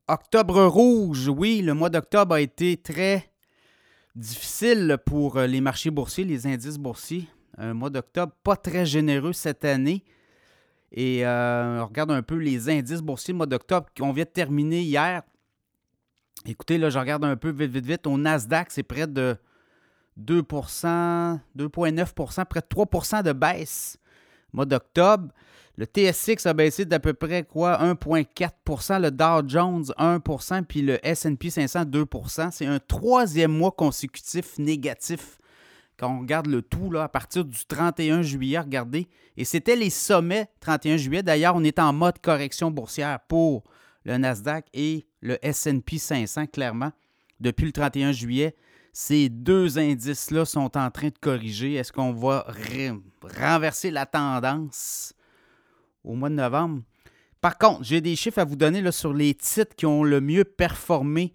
Octobre rouge, oui, le mois d'octobre a été très difficile pour les marchés boursiers, les indices boursiers. Un mois d'octobre pas très généreux cette année. Et on regarde un peu les indices boursiers, le mois d'octobre qu'on vient de terminer hier. Écoutez, là, je regarde un peu vite. Au Nasdaq, c'est près de 2%, 2,9%, près de 3% de baisse. Mois d'octobre. Le TSX a baissé d'à peu près 1,4%, le Dow Jones 1%, puis le S&P 500 2%. C'est un troisième mois consécutif négatif. Quand on regarde le tout, là, à partir du 31 juillet, regardez. Et c'était les sommets 31 juillet. D'ailleurs, on est en mode correction boursière pour le Nasdaq et le S&P 500, clairement. Depuis le 31 juillet, ces deux indices-là sont en train de corriger. Est-ce qu'on va renverser la tendance au mois de novembre? Par contre, j'ai des chiffres à vous donner là, sur les titres qui ont le mieux performé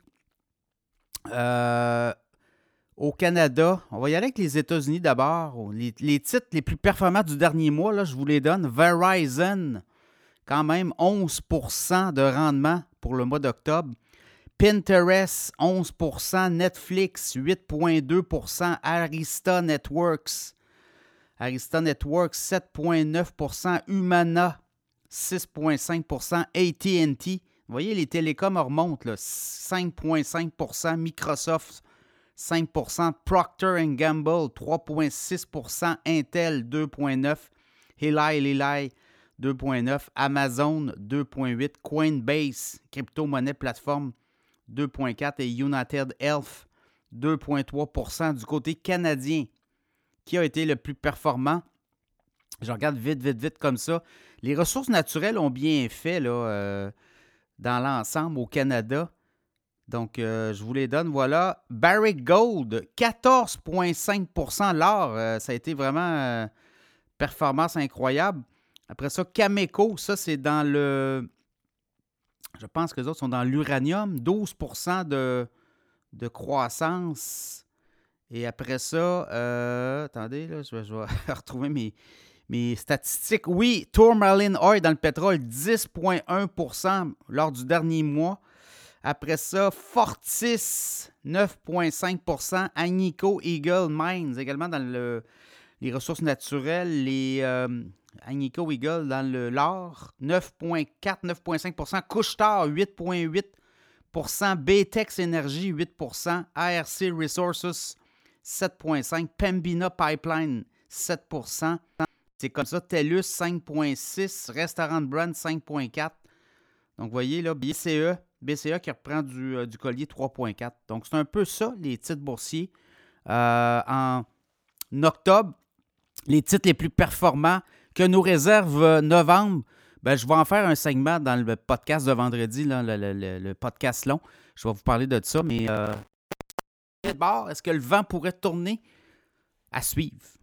au Canada. On va y aller avec les États-Unis d'abord. Les titres les plus performants du dernier mois, là, je vous les donne. Verizon, quand même 11% de rendement pour le mois d'octobre. Pinterest, 11%. Netflix, 8,2%. Arista Networks, 7,9%. Humana, 6,5%. AT&T, vous voyez, les télécoms remontent, là, 5,5%. Microsoft, 5%. Procter & Gamble, 3,6%. Intel, 2,9%. Eli Lilly, 2,9%. Amazon, 2,8%. Coinbase, crypto-monnaie plateforme, 2,4%. Et United Health, 2,3%. Du côté canadien, qui a été le plus performant? Je regarde vite comme ça. Les ressources naturelles ont bien fait là, dans l'ensemble au Canada. Donc, je vous les donne. Voilà. Barrick Gold, 14,5%. L'or, ça a été vraiment performance incroyable. Après ça, Cameco, ça, c'est dans le... Je pense que les autres sont dans l'uranium. 12% de croissance. Et après ça, attendez, là, je vais retrouver mes statistiques. Oui, Tourmaline Oil dans le pétrole, 10,1% lors du dernier mois. Après ça, Fortis, 9,5%. Agnico Eagle Mines, également dans les ressources naturelles. Les Agnico Eagle dans l'or, 9,4%, 9,5%. Couche-Tard, 8,8%. Baytex Energy, 8%. ARC Resources, 7,5%. Pembina Pipeline, 7%. C'est comme ça. TELUS, 5,6%. Restaurant Brand, 5,4%. Donc, vous voyez, là, BCE qui reprend du collier, 3,4%. Donc, c'est un peu ça, les titres boursiers. En octobre, les titres les plus performants que nous réserve novembre, ben, je vais en faire un segment dans le podcast de vendredi, là, le podcast long. Je vais vous parler de ça, mais est-ce que le vent pourrait tourner? À suivre.